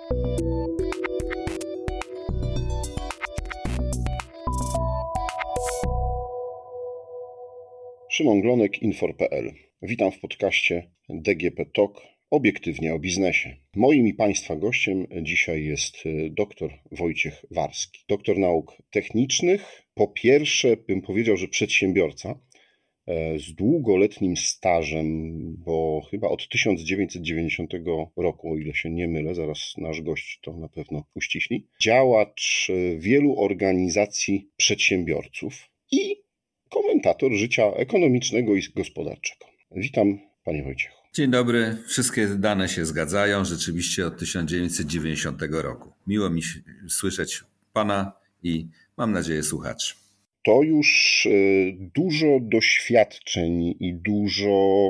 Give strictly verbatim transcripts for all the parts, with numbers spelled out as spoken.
Szymon Glonek, Infor kropka pe el. Witam w podcaście D G P Talk, obiektywnie o biznesie. Moim i Państwa gościem dzisiaj jest dr Wojciech Warski. Doktor nauk technicznych, po pierwsze bym powiedział, że przedsiębiorca z długoletnim stażem, bo chyba od tysiąc dziewięćset dziewięćdziesiątego roku, o ile się nie mylę, zaraz nasz gość to na pewno uściśli, działacz wielu organizacji przedsiębiorców i komentator życia ekonomicznego i gospodarczego. Witam, panie Wojciechu. Dzień dobry. Wszystkie dane się zgadzają. Rzeczywiście od tysiąc dziewięćset dziewięćdziesiątego roku. Miło mi słyszeć pana i mam nadzieję słuchaczy. To już dużo doświadczeń i dużo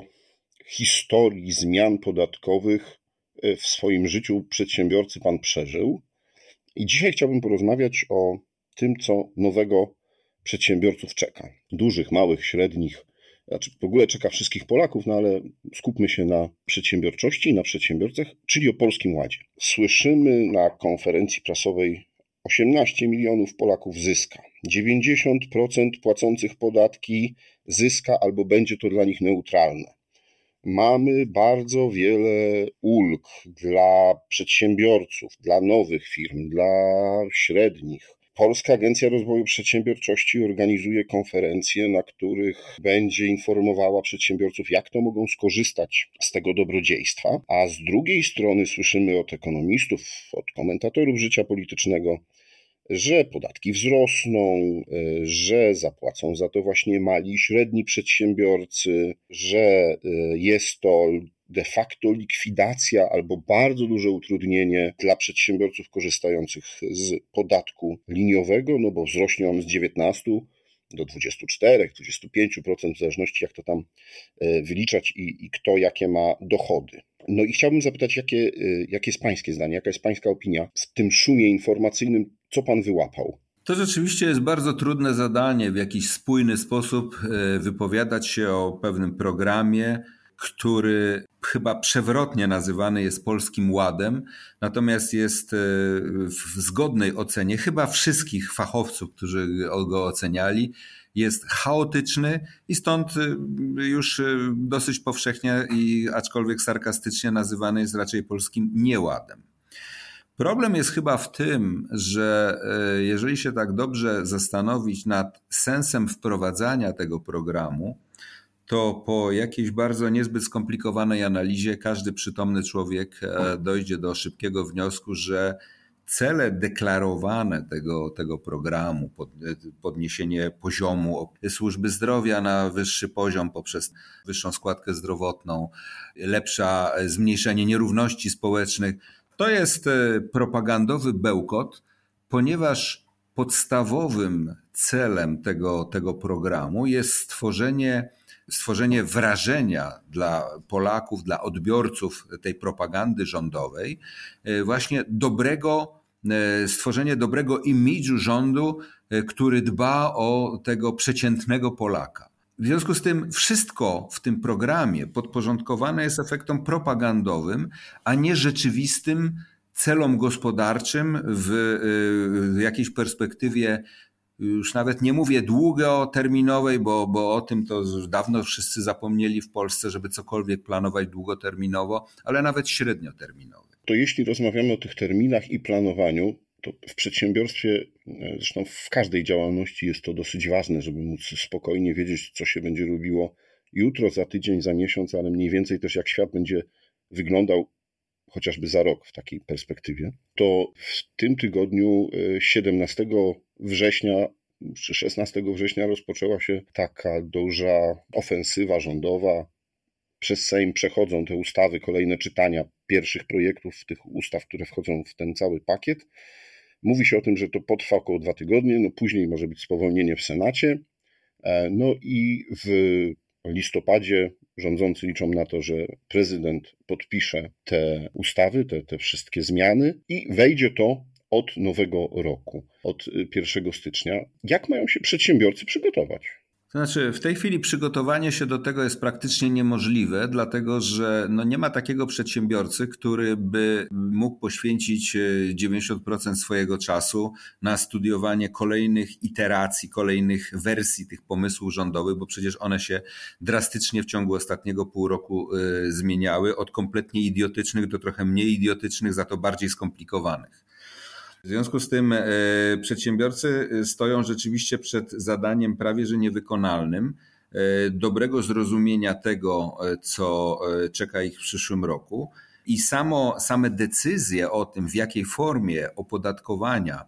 historii zmian podatkowych w swoim życiu przedsiębiorcy pan przeżył. I dzisiaj chciałbym porozmawiać o tym, co nowego przedsiębiorców czeka. Dużych, małych, średnich, znaczy w ogóle czeka wszystkich Polaków, no ale skupmy się na przedsiębiorczości i na przedsiębiorcach, czyli o Polskim Ładzie. Słyszymy na konferencji prasowej osiemnaście milionów Polaków zyska. dziewięćdziesiąt procent płacących podatki zyska albo będzie to dla nich neutralne. Mamy bardzo wiele ulg dla przedsiębiorców, dla nowych firm, dla średnich. Polska Agencja Rozwoju Przedsiębiorczości organizuje konferencje, na których będzie informowała przedsiębiorców, jak to mogą skorzystać z tego dobrodziejstwa, a z drugiej strony słyszymy od ekonomistów, od komentatorów życia politycznego, że podatki wzrosną, że zapłacą za to właśnie mali i średni przedsiębiorcy, że jest to de facto likwidacja albo bardzo duże utrudnienie dla przedsiębiorców korzystających z podatku liniowego, no bo wzrośnie on z dziewiętnastu do dwudziestu czterech, dwudziestu pięciu procent, w zależności jak to tam wyliczać i, i kto jakie ma dochody. No i chciałbym zapytać, jakie, jakie jest pańskie zdanie, jaka jest pańska opinia w tym szumie informacyjnym, co pan wyłapał? To rzeczywiście jest bardzo trudne zadanie w jakiś spójny sposób wypowiadać się o pewnym programie, który chyba przewrotnie nazywany jest Polskim Ładem, natomiast jest w zgodnej ocenie chyba wszystkich fachowców, którzy go oceniali, jest chaotyczny i stąd już dosyć powszechnie i aczkolwiek sarkastycznie nazywany jest raczej Polskim Nieładem. Problem jest chyba w tym, że jeżeli się tak dobrze zastanowić nad sensem wprowadzania tego programu, to po jakiejś bardzo niezbyt skomplikowanej analizie każdy przytomny człowiek dojdzie do szybkiego wniosku, że cele deklarowane tego, tego programu, podniesienie poziomu służby zdrowia na wyższy poziom poprzez wyższą składkę zdrowotną, lepsza zmniejszenie nierówności społecznych, to jest propagandowy bełkot, ponieważ podstawowym celem tego, tego programu jest stworzenie stworzenie wrażenia dla Polaków, dla odbiorców tej propagandy rządowej, właśnie dobrego, stworzenie dobrego imidżu rządu, który dba o tego przeciętnego Polaka. W związku z tym wszystko w tym programie podporządkowane jest efektom propagandowym, a nie rzeczywistym celom gospodarczym w, w jakiejś perspektywie. Już nawet nie mówię długoterminowej, bo, bo o tym to dawno wszyscy zapomnieli w Polsce, żeby cokolwiek planować długoterminowo, ale nawet średnioterminowej. To jeśli rozmawiamy o tych terminach i planowaniu, to w przedsiębiorstwie, zresztą w każdej działalności jest to dosyć ważne, żeby móc spokojnie wiedzieć, co się będzie robiło jutro, za tydzień, za miesiąc, ale mniej więcej też jak świat będzie wyglądał chociażby za rok w takiej perspektywie. To w tym tygodniu siedemnastego września czy szesnastego września rozpoczęła się taka duża ofensywa rządowa. Przez Sejm przechodzą te ustawy, kolejne czytania pierwszych projektów tych ustaw, które wchodzą w ten cały pakiet. Mówi się o tym, że to potrwa około dwa tygodnie, no później może być spowolnienie w Senacie. No i w listopadzie rządzący liczą na to, że prezydent podpisze te ustawy, te, te wszystkie zmiany i wejdzie to od nowego roku, od pierwszego stycznia. Jak mają się przedsiębiorcy przygotować? To znaczy, w tej chwili przygotowanie się do tego jest praktycznie niemożliwe, dlatego że no nie ma takiego przedsiębiorcy, który by mógł poświęcić dziewięćdziesiąt procent swojego czasu na studiowanie kolejnych iteracji, kolejnych wersji tych pomysłów rządowych, bo przecież one się drastycznie w ciągu ostatniego pół roku y, zmieniały, od kompletnie idiotycznych do trochę mniej idiotycznych, za to bardziej skomplikowanych. W związku z tym przedsiębiorcy stoją rzeczywiście przed zadaniem prawie że niewykonalnym dobrego zrozumienia tego, co czeka ich w przyszłym roku i samo, same decyzje o tym, w jakiej formie opodatkowania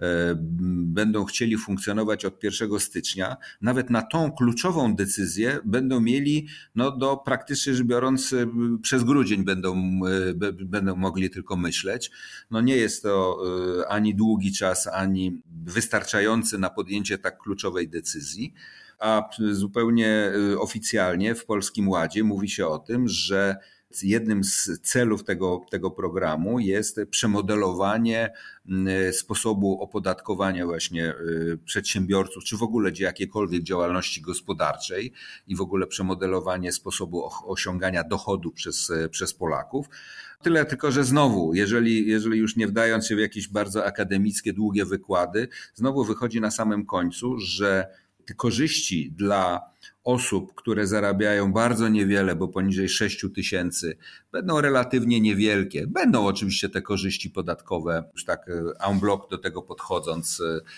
będą chcieli funkcjonować od pierwszego stycznia, nawet na tą kluczową decyzję będą mieli no, do praktycznie rzecz biorąc przez grudzień będą, będą mogli tylko myśleć. No nie jest to ani długi czas, ani wystarczający na podjęcie tak kluczowej decyzji, a zupełnie oficjalnie w Polskim Ładzie mówi się o tym, że jednym z celów tego, tego programu jest przemodelowanie sposobu opodatkowania właśnie przedsiębiorców, czy w ogóle jakiejkolwiek działalności gospodarczej i w ogóle przemodelowanie sposobu osiągania dochodu przez, przez Polaków. Tyle tylko, że znowu, jeżeli, jeżeli już nie wdając się w jakieś bardzo akademickie, długie wykłady, znowu wychodzi na samym końcu, że te korzyści dla osób, które zarabiają bardzo niewiele, bo poniżej sześć tysięcy, będą relatywnie niewielkie. Będą oczywiście te korzyści podatkowe, już tak en bloc do tego podchodząc,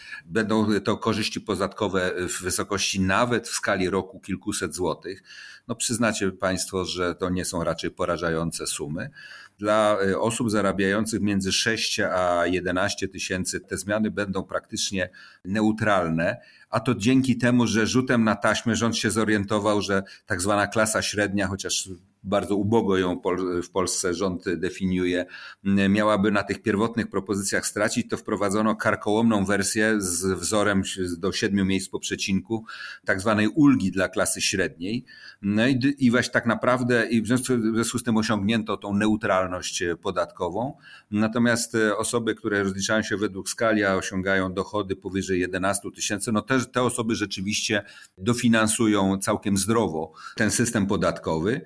będą to korzyści podatkowe w wysokości nawet w skali roku kilkuset złotych. No przyznacie Państwo, że to nie są raczej porażające sumy. Dla osób zarabiających między sześć a jedenaście tysięcy te zmiany będą praktycznie neutralne, a to dzięki temu, że rzutem na taśmę rząd się zorientował, że tak zwana klasa średnia, chociaż bardzo ubogo ją w Polsce rząd definiuje, miałaby na tych pierwotnych propozycjach stracić, to wprowadzono karkołomną wersję z wzorem do siedmiu miejsc po przecinku, tak zwanej ulgi dla klasy średniej. No i, i właśnie tak naprawdę i w związku, w związku z tym osiągnięto tą neutralność podatkową. Natomiast osoby, które rozliczają się według skali, a osiągają dochody powyżej jedenaście tysięcy, no te, te osoby rzeczywiście dofinansują całkiem zdrowo ten system podatkowy.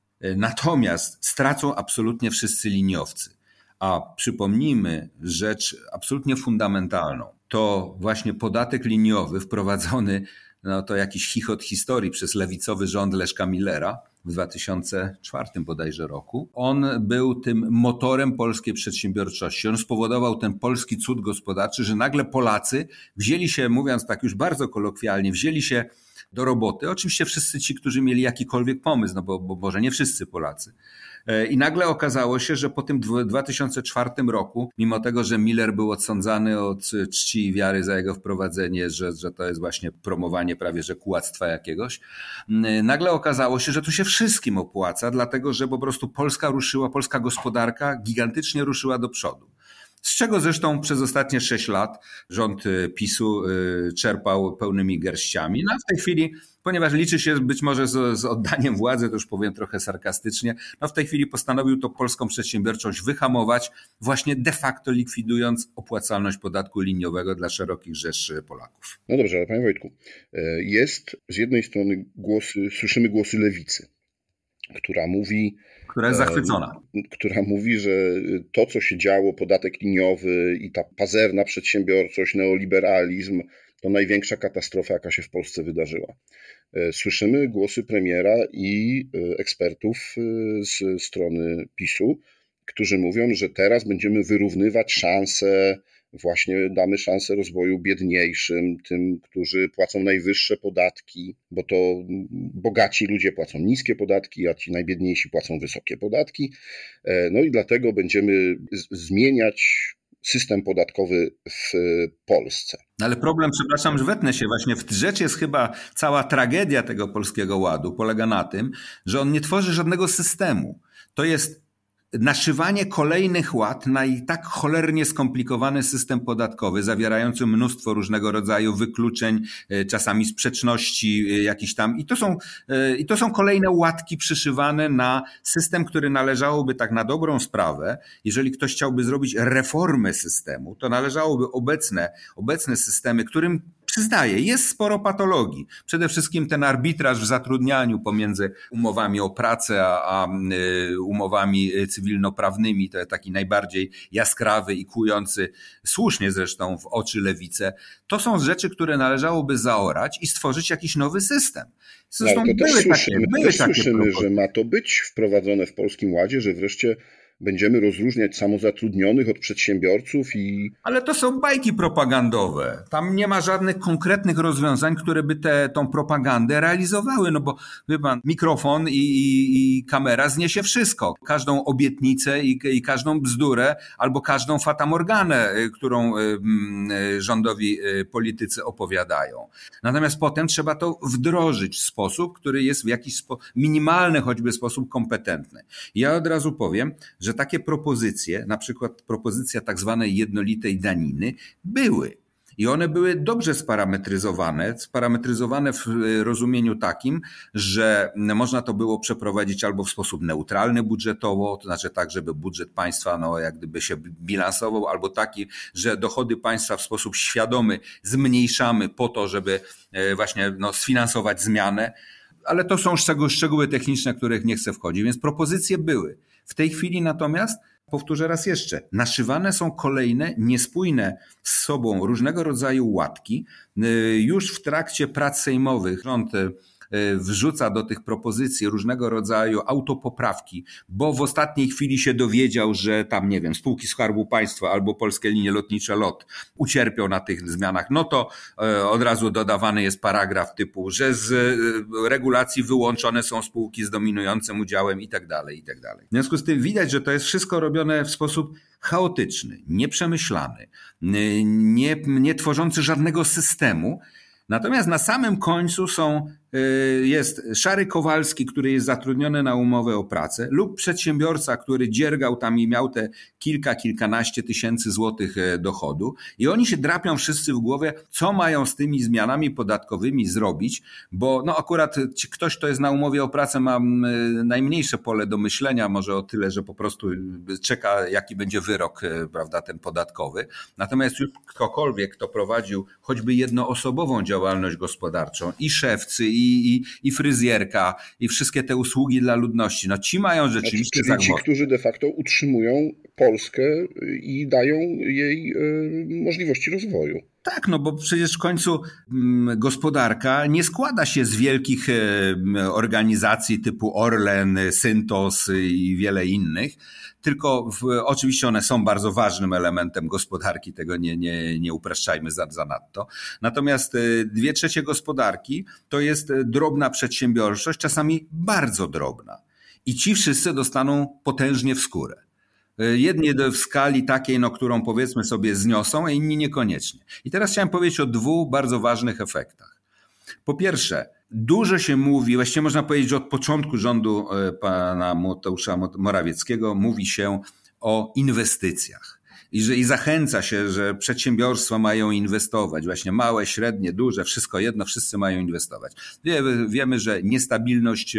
Natomiast stracą absolutnie wszyscy liniowcy. A przypomnijmy rzecz absolutnie fundamentalną. To właśnie podatek liniowy wprowadzony, no to jakiś chichot historii przez lewicowy rząd Leszka Millera w dwa tysiące czwartym bodajże roku. On był tym motorem polskiej przedsiębiorczości. On spowodował ten polski cud gospodarczy, że nagle Polacy wzięli się, mówiąc tak już bardzo kolokwialnie, wzięli się do roboty. Oczywiście wszyscy ci, którzy mieli jakikolwiek pomysł, no bo, bo może nie wszyscy Polacy. I nagle okazało się, że po tym dwa tysiące czwartym roku, mimo tego, że Miller był odsądzany od czci i wiary za jego wprowadzenie, że, że to jest właśnie promowanie prawie że kłamstwa jakiegoś, nagle okazało się, że to się wszystkim opłaca, dlatego że po prostu Polska ruszyła, polska gospodarka gigantycznie ruszyła do przodu. Z czego zresztą przez ostatnie sześć lat rząd PiSu czerpał pełnymi garściami. No a w tej chwili, ponieważ liczy się być może z, z oddaniem władzy, to już powiem trochę sarkastycznie, no w tej chwili postanowił to polską przedsiębiorczość wyhamować, właśnie de facto likwidując opłacalność podatku liniowego dla szerokich rzesz Polaków. No dobrze, ale panie Wojtku, jest z jednej strony głosy, słyszymy głosy lewicy, która mówi, która jest zachwycona. Która mówi, że to, co się działo, podatek liniowy i ta pazerna przedsiębiorczość, neoliberalizm, to największa katastrofa, jaka się w Polsce wydarzyła. Słyszymy głosy premiera i ekspertów z strony PiSu, którzy mówią, że teraz będziemy wyrównywać szanse, właśnie damy szansę rozwoju biedniejszym, tym, którzy płacą najwyższe podatki, bo to bogaci ludzie płacą niskie podatki, a ci najbiedniejsi płacą wysokie podatki. No i dlatego będziemy zmieniać system podatkowy w Polsce. Ale problem, przepraszam, że wetnę się właśnie, w rzecz jest chyba cała tragedia tego Polskiego Ładu, polega na tym, że on nie tworzy żadnego systemu. To jest naszywanie kolejnych łat na i tak cholernie skomplikowany system podatkowy, zawierający mnóstwo różnego rodzaju wykluczeń, czasami sprzeczności jakichś tam. I to są, i to są kolejne łatki przyszywane na system, który należałoby tak na dobrą sprawę, jeżeli ktoś chciałby zrobić reformę systemu, to należałoby obecne, obecne systemy, którym Przyznaję, jest sporo patologii. Przede wszystkim ten arbitraż w zatrudnianiu pomiędzy umowami o pracę a, a umowami cywilnoprawnymi, to taki najbardziej jaskrawy i kujący, słusznie zresztą, w oczy lewicę. To są rzeczy, które należałoby zaorać i stworzyć jakiś nowy system. Zresztą no, to były też takie, słyszymy, były też takie słyszymy że ma to być wprowadzone w Polskim Ładzie, że wreszcie będziemy rozróżniać samozatrudnionych od przedsiębiorców i... Ale to są bajki propagandowe. Tam nie ma żadnych konkretnych rozwiązań, które by tę tą propagandę realizowały. No bo wie pan, mikrofon i, i, i kamera zniesie wszystko. Każdą obietnicę i, i każdą bzdurę albo każdą fatamorganę, którą y, y, rządowi y, politycy opowiadają. Natomiast potem trzeba to wdrożyć w sposób, który jest w jakiś spo, minimalny choćby sposób kompetentny. Ja od razu powiem, że że takie propozycje, na przykład propozycja tak zwanej jednolitej daniny, były. I one były dobrze sparametryzowane, sparametryzowane w rozumieniu takim, że można to było przeprowadzić albo w sposób neutralny budżetowo, to znaczy tak, żeby budżet państwa no, jak gdyby się bilansował, albo taki, że dochody państwa w sposób świadomy zmniejszamy po to, żeby właśnie no, sfinansować zmianę. Ale to są szczegóły techniczne, których nie chcę wchodzić, więc propozycje były. W tej chwili natomiast, powtórzę raz jeszcze, naszywane są kolejne niespójne z sobą różnego rodzaju łatki. Już w trakcie prac sejmowych rząd wrzuca do tych propozycji różnego rodzaju autopoprawki, bo w ostatniej chwili się dowiedział, że tam, nie wiem, spółki Skarbu Państwa albo Polskie Linie Lotnicze LOT ucierpią na tych zmianach, no to od razu dodawany jest paragraf typu, że z regulacji wyłączone są spółki z dominującym udziałem i tak dalej, i tak dalej. W związku z tym widać, że to jest wszystko robione w sposób chaotyczny, nieprzemyślany, nie, nie tworzący żadnego systemu. Natomiast na samym końcu są, jest Szary Kowalski, który jest zatrudniony na umowę o pracę, lub przedsiębiorca, który dziergał tam i miał te kilka, kilkanaście tysięcy złotych dochodu i oni się drapią wszyscy w głowie, co mają z tymi zmianami podatkowymi zrobić, bo no akurat ktoś, kto jest na umowie o pracę, ma najmniejsze pole do myślenia, może o tyle, że po prostu czeka, jaki będzie wyrok, prawda, ten podatkowy. Natomiast już ktokolwiek, kto prowadził choćby jednoosobową działalność gospodarczą i szewcy, I, i, i fryzjerka, i wszystkie te usługi dla ludności. No ci mają rzeczywiście znaczy, czyli ci, którzy de facto utrzymują Polskę i dają jej y, możliwości rozwoju. Tak, no bo przecież w końcu mm, gospodarka nie składa się z wielkich e, organizacji typu Orlen, Syntos i wiele innych, tylko w, oczywiście one są bardzo ważnym elementem gospodarki, tego nie, nie, nie upraszczajmy za, za nadto. Natomiast e, dwie trzecie gospodarki to jest drobna przedsiębiorczość, czasami bardzo drobna. I ci wszyscy dostaną potężnie w skórę. Jedni w skali takiej, no, którą powiedzmy sobie zniosą, a inni niekoniecznie. I teraz chciałem powiedzieć o dwóch bardzo ważnych efektach. Po pierwsze, dużo się mówi, właściwie można powiedzieć, że od początku rządu pana Mateusza Morawieckiego mówi się o inwestycjach. I, że, I zachęca się, że przedsiębiorstwa mają inwestować, właśnie małe, średnie, duże, wszystko jedno, wszyscy mają inwestować. Wiemy, wiemy, że niestabilność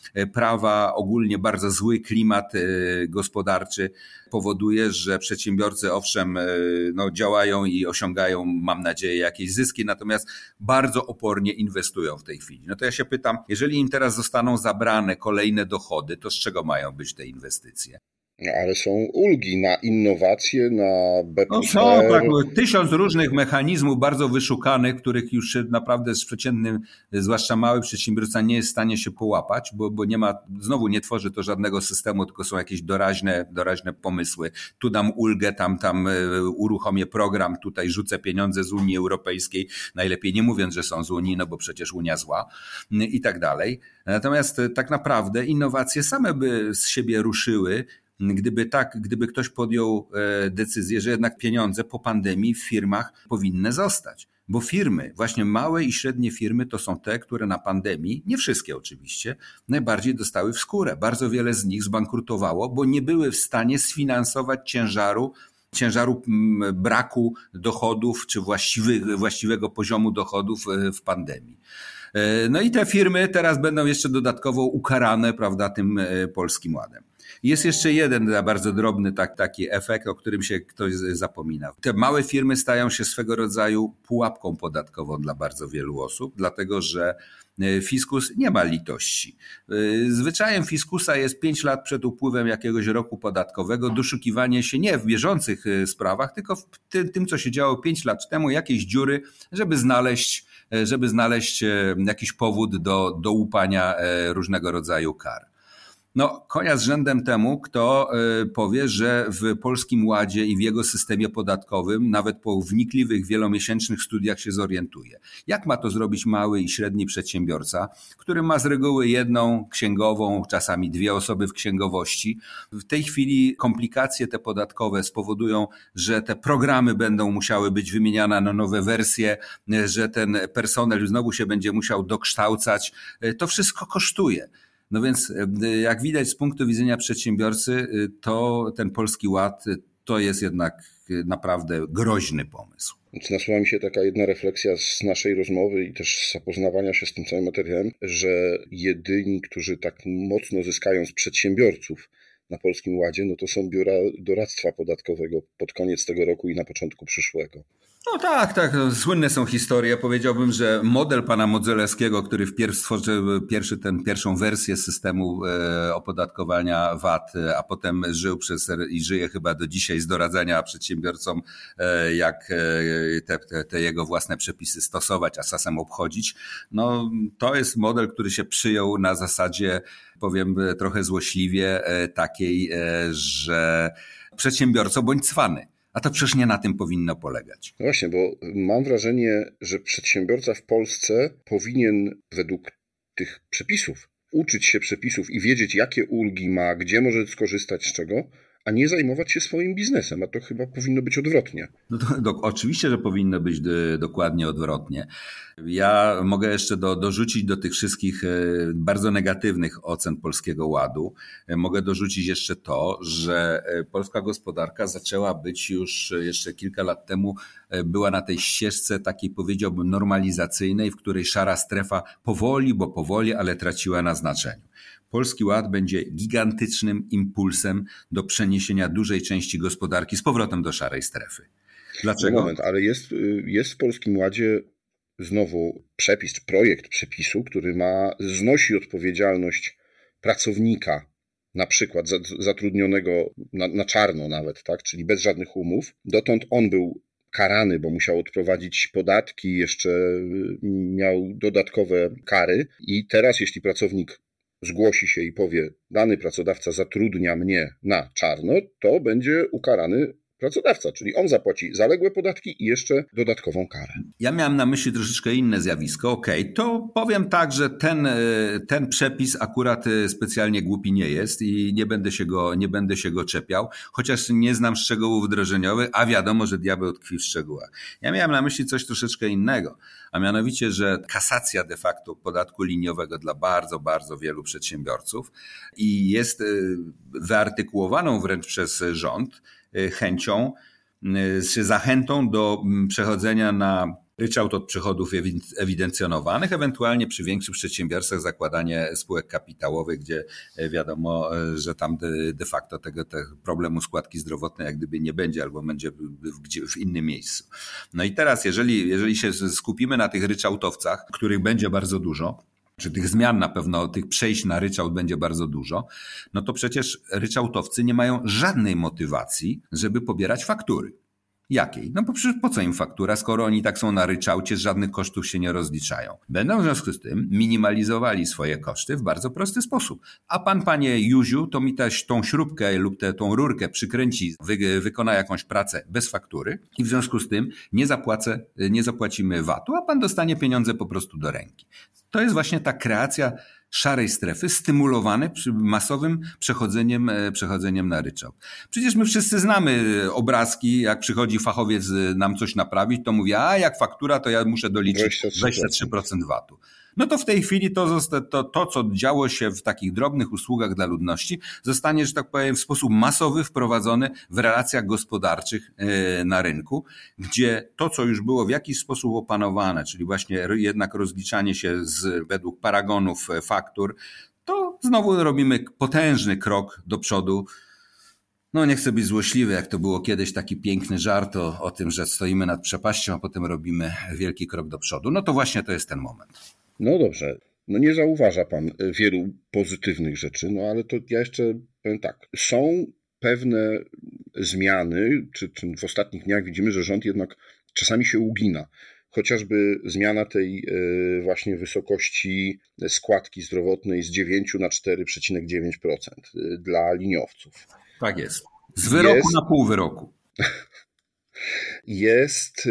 prawa, ogólnie bardzo zły klimat gospodarczy powoduje, że przedsiębiorcy owszem no, działają i osiągają, mam nadzieję, jakieś zyski, natomiast bardzo opornie inwestują w tej chwili. No to ja się pytam, jeżeli im teraz zostaną zabrane kolejne dochody, to z czego mają być te inwestycje? Ale są ulgi na innowacje, na B P R. No są tak, tysiąc różnych mechanizmów bardzo wyszukanych, których już naprawdę z przeciętnym, zwłaszcza mały przedsiębiorca nie jest w stanie się połapać, bo, bo nie ma, znowu nie tworzy to żadnego systemu, tylko są jakieś doraźne, doraźne pomysły. Tu dam ulgę, tam, tam uruchomię program, tutaj rzucę pieniądze z Unii Europejskiej, najlepiej nie mówiąc, że są z Unii, no bo przecież Unia zła i tak dalej. Natomiast tak naprawdę innowacje same by z siebie ruszyły, Gdyby tak, gdyby ktoś podjął decyzję, że jednak pieniądze po pandemii w firmach powinny zostać. Bo firmy, właśnie małe i średnie firmy to są te, które na pandemii, nie wszystkie oczywiście, najbardziej dostały w skórę. Bardzo wiele z nich zbankrutowało, bo nie były w stanie sfinansować ciężaru, ciężaru braku dochodów czy właściwy, właściwego poziomu dochodów w pandemii. No i te firmy teraz będą jeszcze dodatkowo ukarane, prawda, tym Polskim Ładem. Jest jeszcze jeden bardzo drobny tak, taki efekt, o którym się ktoś zapomina. Te małe firmy stają się swego rodzaju pułapką podatkową dla bardzo wielu osób, dlatego że fiskus nie ma litości. Zwyczajem fiskusa jest pięć lat przed upływem jakiegoś roku podatkowego doszukiwanie się nie w bieżących sprawach, tylko w tym, co się działo pięć lat temu, jakiejś dziury, żeby znaleźć, żeby znaleźć jakiś powód do, do łupania różnego rodzaju kar. No, konia z rzędem temu, kto powie, że w Polskim Ładzie i w jego systemie podatkowym nawet po wnikliwych, wielomiesięcznych studiach się zorientuje. Jak ma to zrobić mały i średni przedsiębiorca, który ma z reguły jedną księgową, czasami dwie osoby w księgowości. W tej chwili komplikacje te podatkowe spowodują, że te programy będą musiały być wymieniane na nowe wersje, że ten personel znowu się będzie musiał dokształcać. To wszystko kosztuje. No więc jak widać z punktu widzenia przedsiębiorcy, to ten Polski Ład to jest jednak naprawdę groźny pomysł. Nasuwa mi się taka jedna refleksja z naszej rozmowy i też z zapoznawania się z tym całym materiałem, że jedyni, którzy tak mocno zyskają z przedsiębiorców na Polskim Ładzie, no to są biura doradztwa podatkowego pod koniec tego roku i na początku przyszłego. No tak, tak. Słynne są historie. Powiedziałbym, że model pana Modzelewskiego, który wpierw stworzył pierwszy, ten, pierwszą wersję systemu opodatkowania V A T, a potem żył przez i żyje chyba do dzisiaj z doradzania przedsiębiorcom, jak te, te, te jego własne przepisy stosować, a czasem obchodzić. No, to jest model, który się przyjął na zasadzie, powiem trochę złośliwie, takiej, że przedsiębiorco bądź cwany. A to przecież nie na tym powinno polegać. No właśnie, bo mam wrażenie, że przedsiębiorca w Polsce powinien według tych przepisów uczyć się przepisów i wiedzieć, jakie ulgi ma, gdzie może skorzystać z czego, a nie zajmować się swoim biznesem, a to chyba powinno być odwrotnie. No to, do, oczywiście, że powinno być do, dokładnie odwrotnie. Ja mogę jeszcze do, dorzucić do tych wszystkich bardzo negatywnych ocen Polskiego Ładu, mogę dorzucić jeszcze to, że polska gospodarka zaczęła być już jeszcze kilka lat temu, była na tej ścieżce takiej, powiedziałbym, normalizacyjnej, w której szara strefa powoli, bo powoli, ale traciła na znaczeniu. Polski Ład będzie gigantycznym impulsem do przeniesienia dużej części gospodarki z powrotem do szarej strefy. Dlaczego? No moment, ale jest, jest w Polskim Ładzie znowu przepis, projekt przepisu, który ma, znosi odpowiedzialność pracownika, na przykład zatrudnionego na, na czarno nawet, tak, czyli bez żadnych umów. Dotąd on był karany, bo musiał odprowadzić podatki, jeszcze miał dodatkowe kary i teraz jeśli pracownik zgłosi się i powie, dany pracodawca zatrudnia mnie na czarno, to będzie ukarany pracodawca, czyli on zapłaci zaległe podatki i jeszcze dodatkową karę. Ja miałem na myśli troszeczkę inne zjawisko. Okej, okay, to powiem tak, że ten, ten przepis akurat specjalnie głupi nie jest i nie będę się go, nie będę się go czepiał, chociaż nie znam szczegółów wdrożeniowych, a wiadomo, że diabeł tkwi w szczegółach. Ja miałem na myśli coś troszeczkę innego, a mianowicie, że kasacja de facto podatku liniowego dla bardzo, bardzo wielu przedsiębiorców i jest wyartykułowaną wręcz przez rząd chęcią, z zachętą do przechodzenia na ryczałt od przychodów ewidencjonowanych, ewentualnie przy większych przedsiębiorstwach zakładanie spółek kapitałowych, gdzie wiadomo, że tam de facto tego, tego problemu składki zdrowotnej jak gdyby nie będzie albo będzie w, w innym miejscu. No i teraz, jeżeli, jeżeli się skupimy na tych ryczałtowcach, których będzie bardzo dużo, czy tych zmian na pewno, tych przejść na ryczałt będzie bardzo dużo, no to przecież ryczałtowcy nie mają żadnej motywacji, żeby pobierać faktury. Jakiej? No bo przecież po co im faktura, skoro oni tak są na ryczałcie, z żadnych kosztów się nie rozliczają. Będą w związku z tym minimalizowali swoje koszty w bardzo prosty sposób. A pan, panie Józiu, to mi też tą śrubkę lub tę tą rurkę przykręci, wy, wykona jakąś pracę bez faktury i w związku z tym nie zapłacę, nie zapłacimy V A T-u, a pan dostanie pieniądze po prostu do ręki. To jest właśnie ta kreacja szarej strefy stymulowany masowym przechodzeniem, przechodzeniem na ryczałt. Przecież my wszyscy znamy obrazki, jak przychodzi fachowiec nam coś naprawić, to mówi, a jak faktura, to ja muszę doliczyć dwadzieścia trzy procent V A T-u. No to w tej chwili to, zosta- to, to, co działo się w takich drobnych usługach dla ludności, zostanie, że tak powiem, w sposób masowy wprowadzony w relacjach gospodarczych yy, na rynku, gdzie to, co już było w jakiś sposób opanowane, czyli właśnie jednak rozliczanie się z, według paragonów faktur, to znowu robimy potężny krok do przodu. No nie chcę być złośliwy, jak to było kiedyś taki piękny żart o, o tym, że stoimy nad przepaścią, a potem robimy wielki krok do przodu. No to właśnie to jest ten moment. No dobrze, no nie zauważa pan wielu pozytywnych rzeczy, no ale to ja jeszcze powiem tak, są pewne zmiany, czy, czy w ostatnich dniach widzimy, że rząd jednak czasami się ugina. Chociażby zmiana tej właśnie wysokości składki zdrowotnej z dziewięć na cztery przecinek dziewięć procent dla liniowców. Tak jest. Z wyroku jest, na pół wyroku. Jest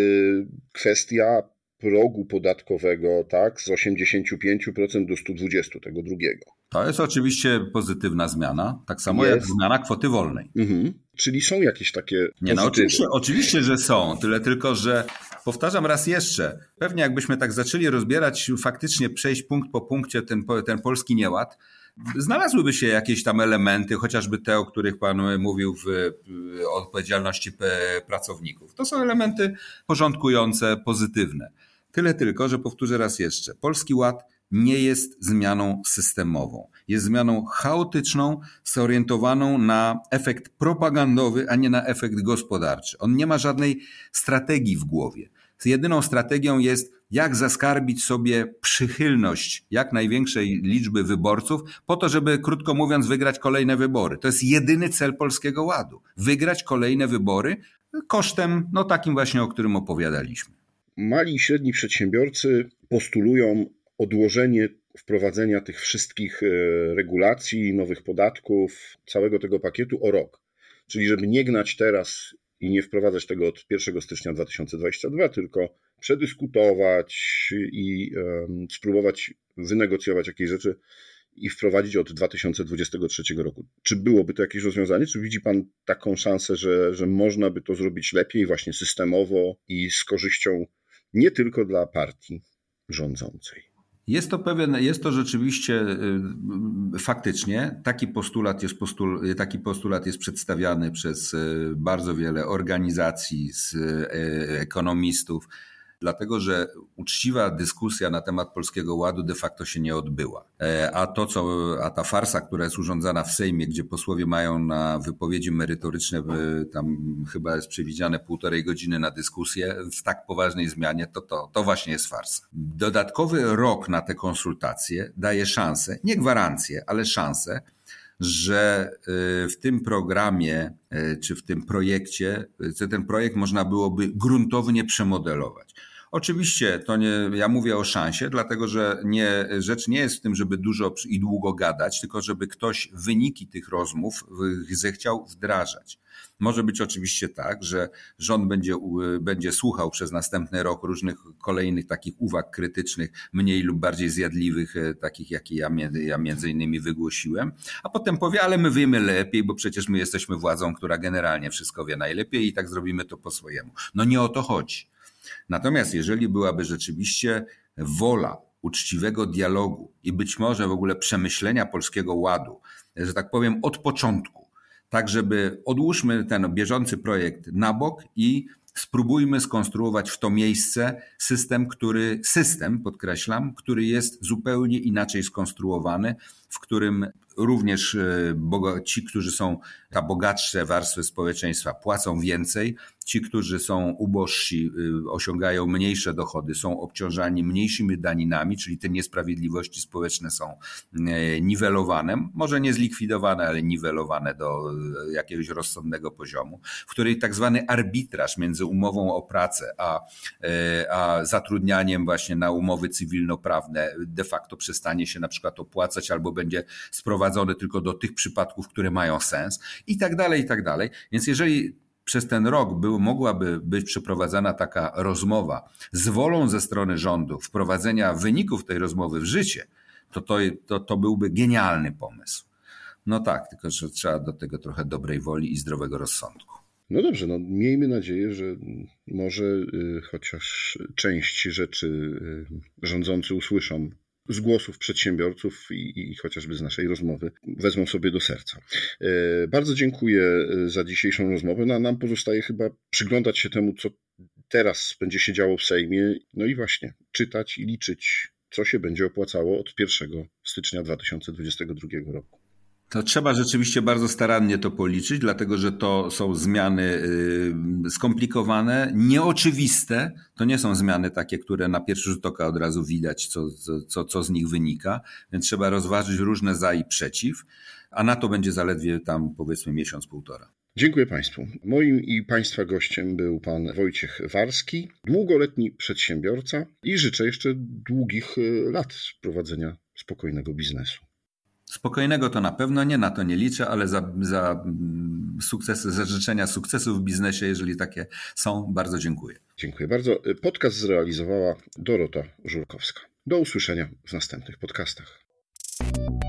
kwestia progu podatkowego, tak, z osiemdziesiąt pięć procent do sto dwadzieścia procent, tego drugiego. To jest oczywiście pozytywna zmiana, tak samo jest. Jak zmiana kwoty wolnej. Mhm. Czyli są jakieś takie Nie, no oczywiście, oczywiście, że są, tyle tylko, że powtarzam raz jeszcze, pewnie jakbyśmy tak zaczęli rozbierać, faktycznie przejść punkt po punkcie ten, ten polski nieład, znalazłyby się jakieś tam elementy, chociażby te, o których pan mówił w odpowiedzialności pracowników. To są elementy porządkujące, pozytywne. Tyle tylko, że powtórzę raz jeszcze, Polski Ład nie jest zmianą systemową. Jest zmianą chaotyczną, zorientowaną na efekt propagandowy, a nie na efekt gospodarczy. On nie ma żadnej strategii w głowie. Jedyną strategią jest, jak zaskarbić sobie przychylność jak największej liczby wyborców po to, żeby, krótko mówiąc, wygrać kolejne wybory. To jest jedyny cel Polskiego Ładu. Wygrać kolejne wybory kosztem, no takim właśnie, o którym opowiadaliśmy. Mali i średni przedsiębiorcy postulują odłożenie wprowadzenia tych wszystkich regulacji, nowych podatków, całego tego pakietu o rok. Czyli żeby nie gnać teraz i nie wprowadzać tego od pierwszego stycznia dwa tysiące dwudziestego drugiego, tylko przedyskutować i um, spróbować wynegocjować jakieś rzeczy i wprowadzić od dwa tysiące dwudziestego trzeciego roku. Czy byłoby to jakieś rozwiązanie? Czy widzi pan taką szansę, że, że można by to zrobić lepiej, właśnie systemowo i z korzyścią nie tylko dla partii rządzącej? Jest to pewien, jest to rzeczywiście faktycznie taki postulat jest postul, taki postulat jest przedstawiany przez bardzo wiele organizacji, z ekonomistów, dlatego że uczciwa dyskusja na temat Polskiego Ładu de facto się nie odbyła. A to, co, a ta farsa, która jest urządzana w Sejmie, gdzie posłowie mają na wypowiedzi merytoryczne, tam chyba jest przewidziane półtorej godziny na dyskusję w tak poważnej zmianie, to, to, to właśnie jest farsa. Dodatkowy rok na te konsultacje daje szansę, nie gwarancję, ale szansę, że w tym programie czy w tym projekcie, ten projekt można byłoby gruntownie przemodelować. Oczywiście to nie, ja mówię o szansie, dlatego że nie, rzecz nie jest w tym, żeby dużo i długo gadać, tylko żeby ktoś wyniki tych rozmów zechciał wdrażać. Może być oczywiście tak, że rząd będzie, będzie słuchał przez następny rok różnych kolejnych takich uwag krytycznych, mniej lub bardziej zjadliwych, takich jakie ja, ja między innymi wygłosiłem, a potem powie, ale my wiemy lepiej, bo przecież my jesteśmy władzą, która generalnie wszystko wie najlepiej i tak zrobimy to po swojemu. No nie o to chodzi. Natomiast jeżeli byłaby rzeczywiście wola uczciwego dialogu i być może w ogóle przemyślenia Polskiego Ładu, że tak powiem od początku, tak żeby odłóżmy ten bieżący projekt na bok i spróbujmy skonstruować w to miejsce system, który, system, podkreślam, który jest zupełnie inaczej skonstruowany, w którym również ci, którzy są ta bogatsze warstwy społeczeństwa, płacą więcej, ci, którzy są ubożsi, osiągają mniejsze dochody, są obciążani mniejszymi daninami, czyli te niesprawiedliwości społeczne są niwelowane, może nie zlikwidowane, ale niwelowane do jakiegoś rozsądnego poziomu, w której tak zwany arbitraż między umową o pracę a, a zatrudnianiem właśnie na umowy cywilnoprawne de facto przestanie się na przykład opłacać albo będzie sprowadzony tylko do tych przypadków, które mają sens i tak dalej, i tak dalej. Więc jeżeli przez ten rok był, mogłaby być przeprowadzana taka rozmowa z wolą ze strony rządu wprowadzenia wyników tej rozmowy w życie, to to, to, to byłby genialny pomysł. No tak, tylko że trzeba do tego trochę dobrej woli i zdrowego rozsądku. No dobrze, no miejmy nadzieję, że może y, chociaż część rzeczy y, rządzący usłyszą z głosów przedsiębiorców i, i chociażby z naszej rozmowy wezmą sobie do serca. Y, bardzo dziękuję za dzisiejszą rozmowę. No, a nam pozostaje chyba przyglądać się temu, co teraz będzie się działo w Sejmie, no i właśnie czytać i liczyć, co się będzie opłacało od pierwszego stycznia dwa tysiące dwudziestego drugiego roku. To trzeba rzeczywiście bardzo starannie to policzyć, dlatego że to są zmiany skomplikowane, nieoczywiste. To nie są zmiany takie, które na pierwszy rzut oka od razu widać, co, co, co z nich wynika, więc trzeba rozważyć różne za i przeciw, a na to będzie zaledwie tam powiedzmy miesiąc, półtora. Dziękuję Państwu. Moim i Państwa gościem był Pan Wojciech Warski, długoletni przedsiębiorca i życzę jeszcze długich lat prowadzenia spokojnego biznesu. Spokojnego to na pewno nie, na to nie liczę, ale za, za sukcesy, za życzenia sukcesów w biznesie, jeżeli takie są, bardzo dziękuję. Dziękuję bardzo. Podcast zrealizowała Dorota Żurkowska. Do usłyszenia w następnych podcastach.